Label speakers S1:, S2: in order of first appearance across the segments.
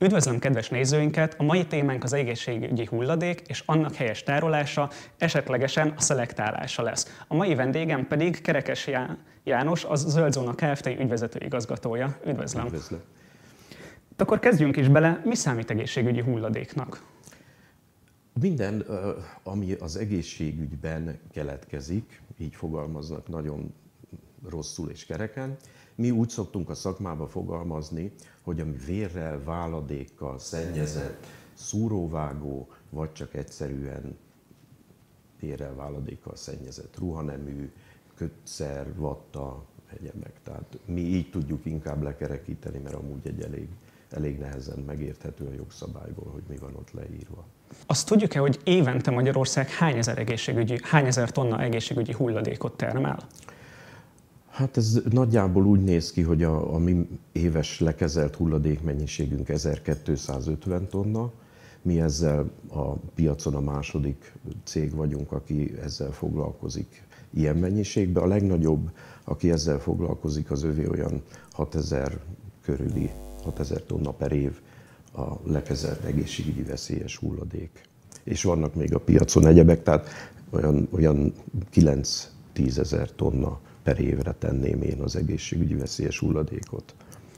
S1: Üdvözlöm kedves nézőinket! A mai témánk az egészségügyi hulladék és annak helyes tárolása, esetlegesen a szelektálása lesz. A mai vendégem pedig Kerekes János, az Zöld Zóna Kft. Ügyvezető igazgatója. Üdvözlöm!
S2: Üdvözlöm!
S1: Akkor kezdjünk is bele, mi számít egészségügyi hulladéknak?
S2: Minden, ami az egészségügyben keletkezik, így fogalmaznak nagyon rosszul és kereken. Mi úgy szoktunk a szakmába fogalmazni, hogy ami vérrel, váladékkal szennyezett, szúróvágó, vagy csak egyszerűen vérrel, váladékkal szennyezett ruhanemű, kötszer, vatta, egyebek. Tehát mi így tudjuk inkább lekerekíteni, mert amúgy egy elég nehezen megérthető a jogszabályból, hogy mi van ott leírva.
S1: Azt tudjuk-e, hogy évente Magyarország hány ezer tonna egészségügyi hulladékot termel?
S2: Hát ez nagyjából úgy néz ki, hogy a mi éves lekezelt hulladékmennyiségünk 1250 tonna. Mi ezzel a piacon a második cég vagyunk, aki ezzel foglalkozik ilyen mennyiségben. A legnagyobb, aki ezzel foglalkozik, az övé olyan 6000 körüli, 6000 tonna per év a lekezelt egészségügyi veszélyes hulladék. És vannak még a piacon egyebek, tehát olyan 9-10 ezer tonna per évre tenném én az egészségügyi veszélyes hulladékot.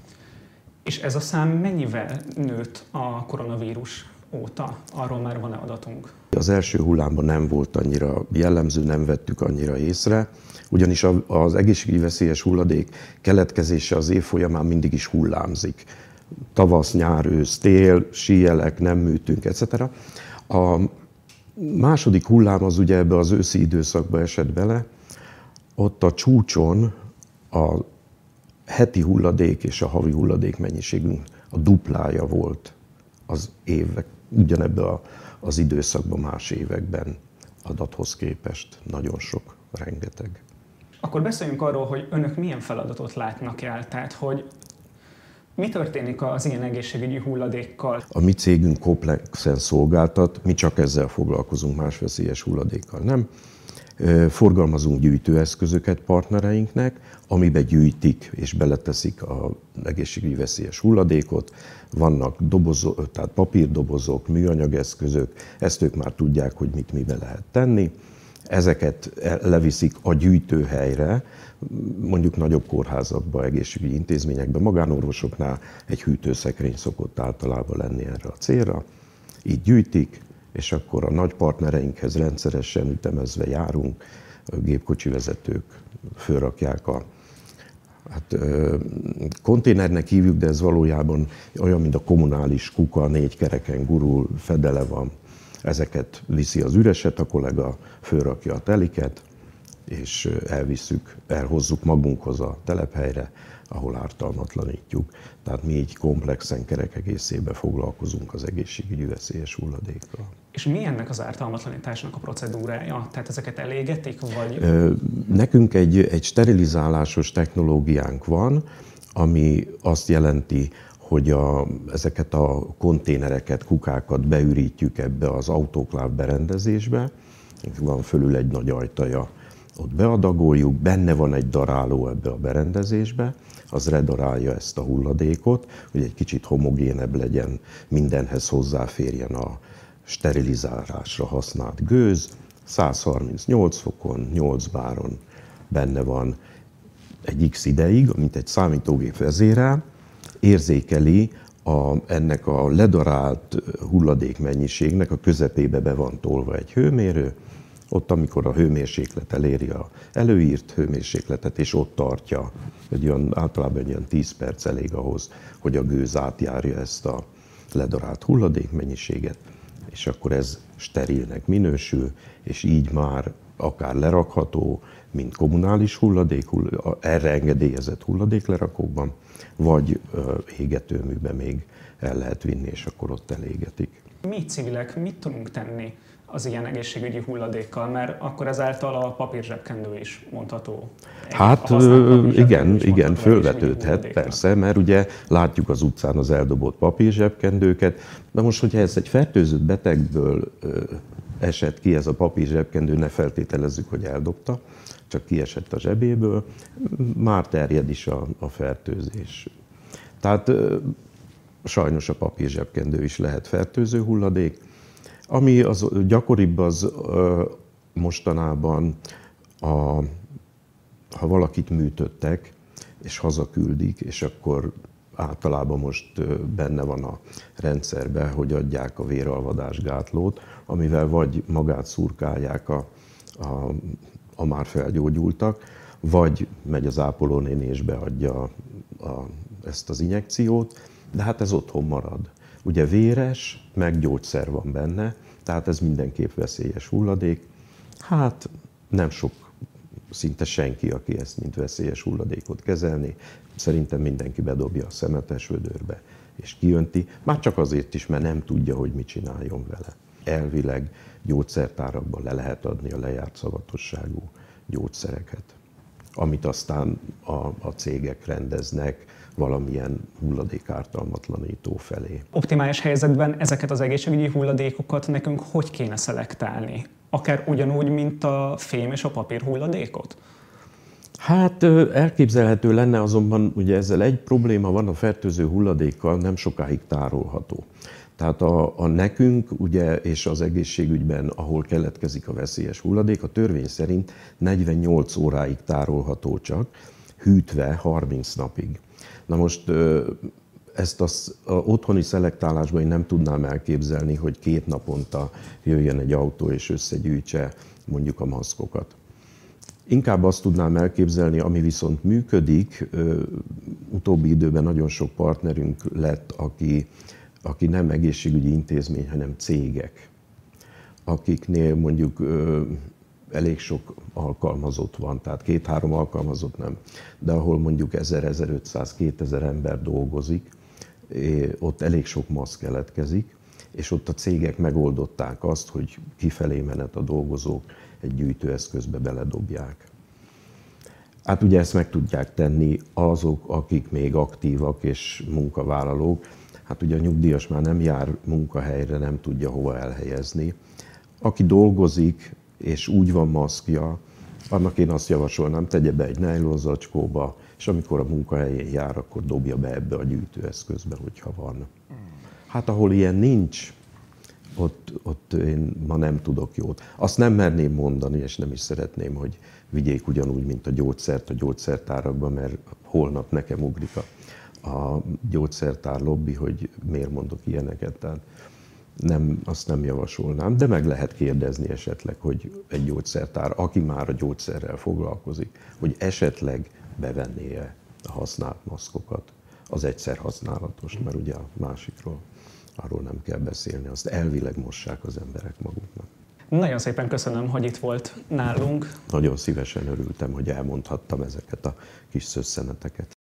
S1: És ez a szám mennyivel nőtt a koronavírus óta? Arról már van-e adatunk?
S2: Az első hullámban nem volt annyira jellemző, nem vettük annyira észre, ugyanis az egészségügyi veszélyes hulladék keletkezése az év folyamán mindig is hullámzik. Tavasz, nyár, ősz, tél, síelek, nem műtünk, etc. A második hullám az ugye ebbe az őszi időszakba esett bele. Ott a csúcson a heti hulladék és a havi hulladék mennyiségünk a duplája volt az évek, ugyanebben az időszakban más években adathoz képest. Nagyon sok, rengeteg.
S1: Akkor beszéljünk arról, hogy önök milyen feladatot látnak el, tehát hogy mi történik az ilyen egészségügyi hulladékkal?
S2: A mi cégünk komplexen szolgáltat, mi csak ezzel foglalkozunk, más veszélyes hulladékkal nem. Forgalmazunk gyűjtőeszközöket partnereinknek, amiben gyűjtik és beleteszik az egészségügyi veszélyes hulladékot. Vannak dobozok, tehát papírdobozok, műanyageszközök, ezt ők már tudják, hogy mit mibe lehet tenni. Ezeket leviszik a gyűjtőhelyre, mondjuk nagyobb kórházakban, egészségügyi intézményekben, magánorvosoknál egy hűtőszekrény szokott általában lenni erre a célra. Így gyűjtik, és akkor a nagy partnereinkhez rendszeresen ütemezve járunk, a gépkocsi vezetők fölrakják konténernek hívjuk, de ez valójában olyan, mint a kommunális kuka, 4 kereken gurul, fedele van. Ezeket viszi az üreset, a kollega fölrakja a teliket, és elhozzuk magunkhoz a telephelyre, ahol ártalmatlanítjuk. Tehát mi így komplexen, kerek egészében foglalkozunk az egészségügyi veszélyes hulladékkal.
S1: És mi ennek az ártalmatlanításnak a procedúrája? Tehát ezeket elégetik, vagy?
S2: Nekünk egy sterilizálásos technológiánk van, ami azt jelenti, hogy ezeket a konténereket, kukákat beürítjük ebbe az autokláv berendezésbe. Van fölül egy nagy ajtaja, ott beadagoljuk, benne van egy daráló ebbe a berendezésbe, az redarálja ezt a hulladékot, hogy egy kicsit homogénebb legyen, mindenhez hozzáférjen a sterilizálásra használt gőz. 138 fokon, 8 báron benne van egy X ideig, mint egy számítógép vezérel, érzékeli ennek a ledarált hulladékmennyiségnek a közepébe be van tolva egy hőmérő, ott, amikor a hőmérséklet eléri az előírt hőmérsékletet, és ott tartja, általában egy olyan 10 perc elég ahhoz, hogy a gőz átjárja ezt a ledarált hulladékmennyiséget, és akkor ez sterilnek minősül, és így már akár lerakható, mint kommunális hulladék, erre engedélyezett hulladéklerakókban, vagy égetőműben még el lehet vinni, és akkor ott elégetik.
S1: Mi civilek mit tudunk tenni az ilyen egészségügyi hulladékkal, mert akkor ezáltal a papírzsebkendő is mondható.
S2: Hát igen, fölvetődhet persze, mert ugye látjuk az utcán az eldobott papírzsebkendőket, de most, hogyha ez egy fertőzött betegből esett ki ez a papírzsebkendő, ne feltételezzük, hogy eldobta, csak kiesett a zsebéből, már terjed is a fertőzés. Tehát sajnos a papírzsebkendő is lehet fertőző hulladék. Ami az gyakoribb, az mostanában, ha valakit műtöttek, és hazaküldik, és akkor általában most benne van a rendszerben, hogy adják a véralvadásgátlót, amivel vagy magát szurkálják a már felgyógyultak, vagy megy az ápolónéni és beadja ezt az injekciót, de hát ez otthon marad. Ugye véres, meg gyógyszer van benne, tehát ez mindenképp veszélyes hulladék. Hát nem sok, szinte senki, aki ezt mint veszélyes hulladékot kezelni. Szerintem mindenki bedobja a szemetes vödörbe és kijönti, már csak azért is, mert nem tudja, hogy mit csináljon vele. Elvileg gyógyszertárakban le lehet adni a lejárt szavatosságú gyógyszereket, amit aztán a cégek rendeznek valamilyen hulladékártalmatlanító felé.
S1: Optimális helyzetben ezeket az egészségügyi hulladékokat nekünk hogy kéne szelektálni? Akár ugyanúgy, mint a fém és a papír hulladékot?
S2: Hát elképzelhető lenne, azonban ugye ezzel egy probléma van, a fertőző hulladékkal nem sokáig tárolható. Tehát a nekünk ugye, és az egészségügyben, ahol keletkezik a veszélyes hulladék, a törvény szerint 48 óráig tárolható csak, hűtve 30 napig. Na most ezt az otthoni szelektálásban én nem tudnám elképzelni, hogy 2 naponta jöjjön egy autó és összegyűjtse mondjuk a maszkokat. Inkább azt tudnám elképzelni, ami viszont működik, utóbbi időben nagyon sok partnerünk lett, aki nem egészségügyi intézmény, hanem cégek, akiknél mondjuk elég sok alkalmazott van, tehát 2-3 alkalmazott nem, de ahol mondjuk 1000-1500-2000 ember dolgozik, ott elég sok maszk keletkezik, és ott a cégek megoldották azt, hogy kifelé menet a dolgozók egy gyűjtőeszközbe beledobják. Hát ugye ezt meg tudják tenni azok, akik még aktívak és munkavállalók. Hát ugye a nyugdíjas már nem jár munkahelyre, nem tudja hova elhelyezni. Aki dolgozik, és úgy van maszkja, annak én azt javasolnám, tegye be egy nejlonzacskóba, és amikor a munkahelyén jár, akkor dobja be ebbe a gyűjtőeszközbe, hogyha van. Hát ahol ilyen nincs, ott én ma nem tudok jót. Azt nem merném mondani, és nem is szeretném, hogy vigyék ugyanúgy, mint a gyógyszert a gyógyszertárakban, mert holnap nekem ugrik a gyógyszertár lobby, hogy miért mondok ilyeneket. Tehát azt nem javasolnám, de meg lehet kérdezni esetleg, hogy egy gyógyszertár, aki már a gyógyszerrel foglalkozik, hogy esetleg bevenné-e a használt maszkokat, az egyszer használatos, mert ugye a másikról arról nem kell beszélni, azt elvileg mossák az emberek maguknak.
S1: Nagyon szépen köszönöm, hogy itt volt nálunk.
S2: Nagyon szívesen örültem, hogy elmondhattam ezeket a kis szösszeneteket.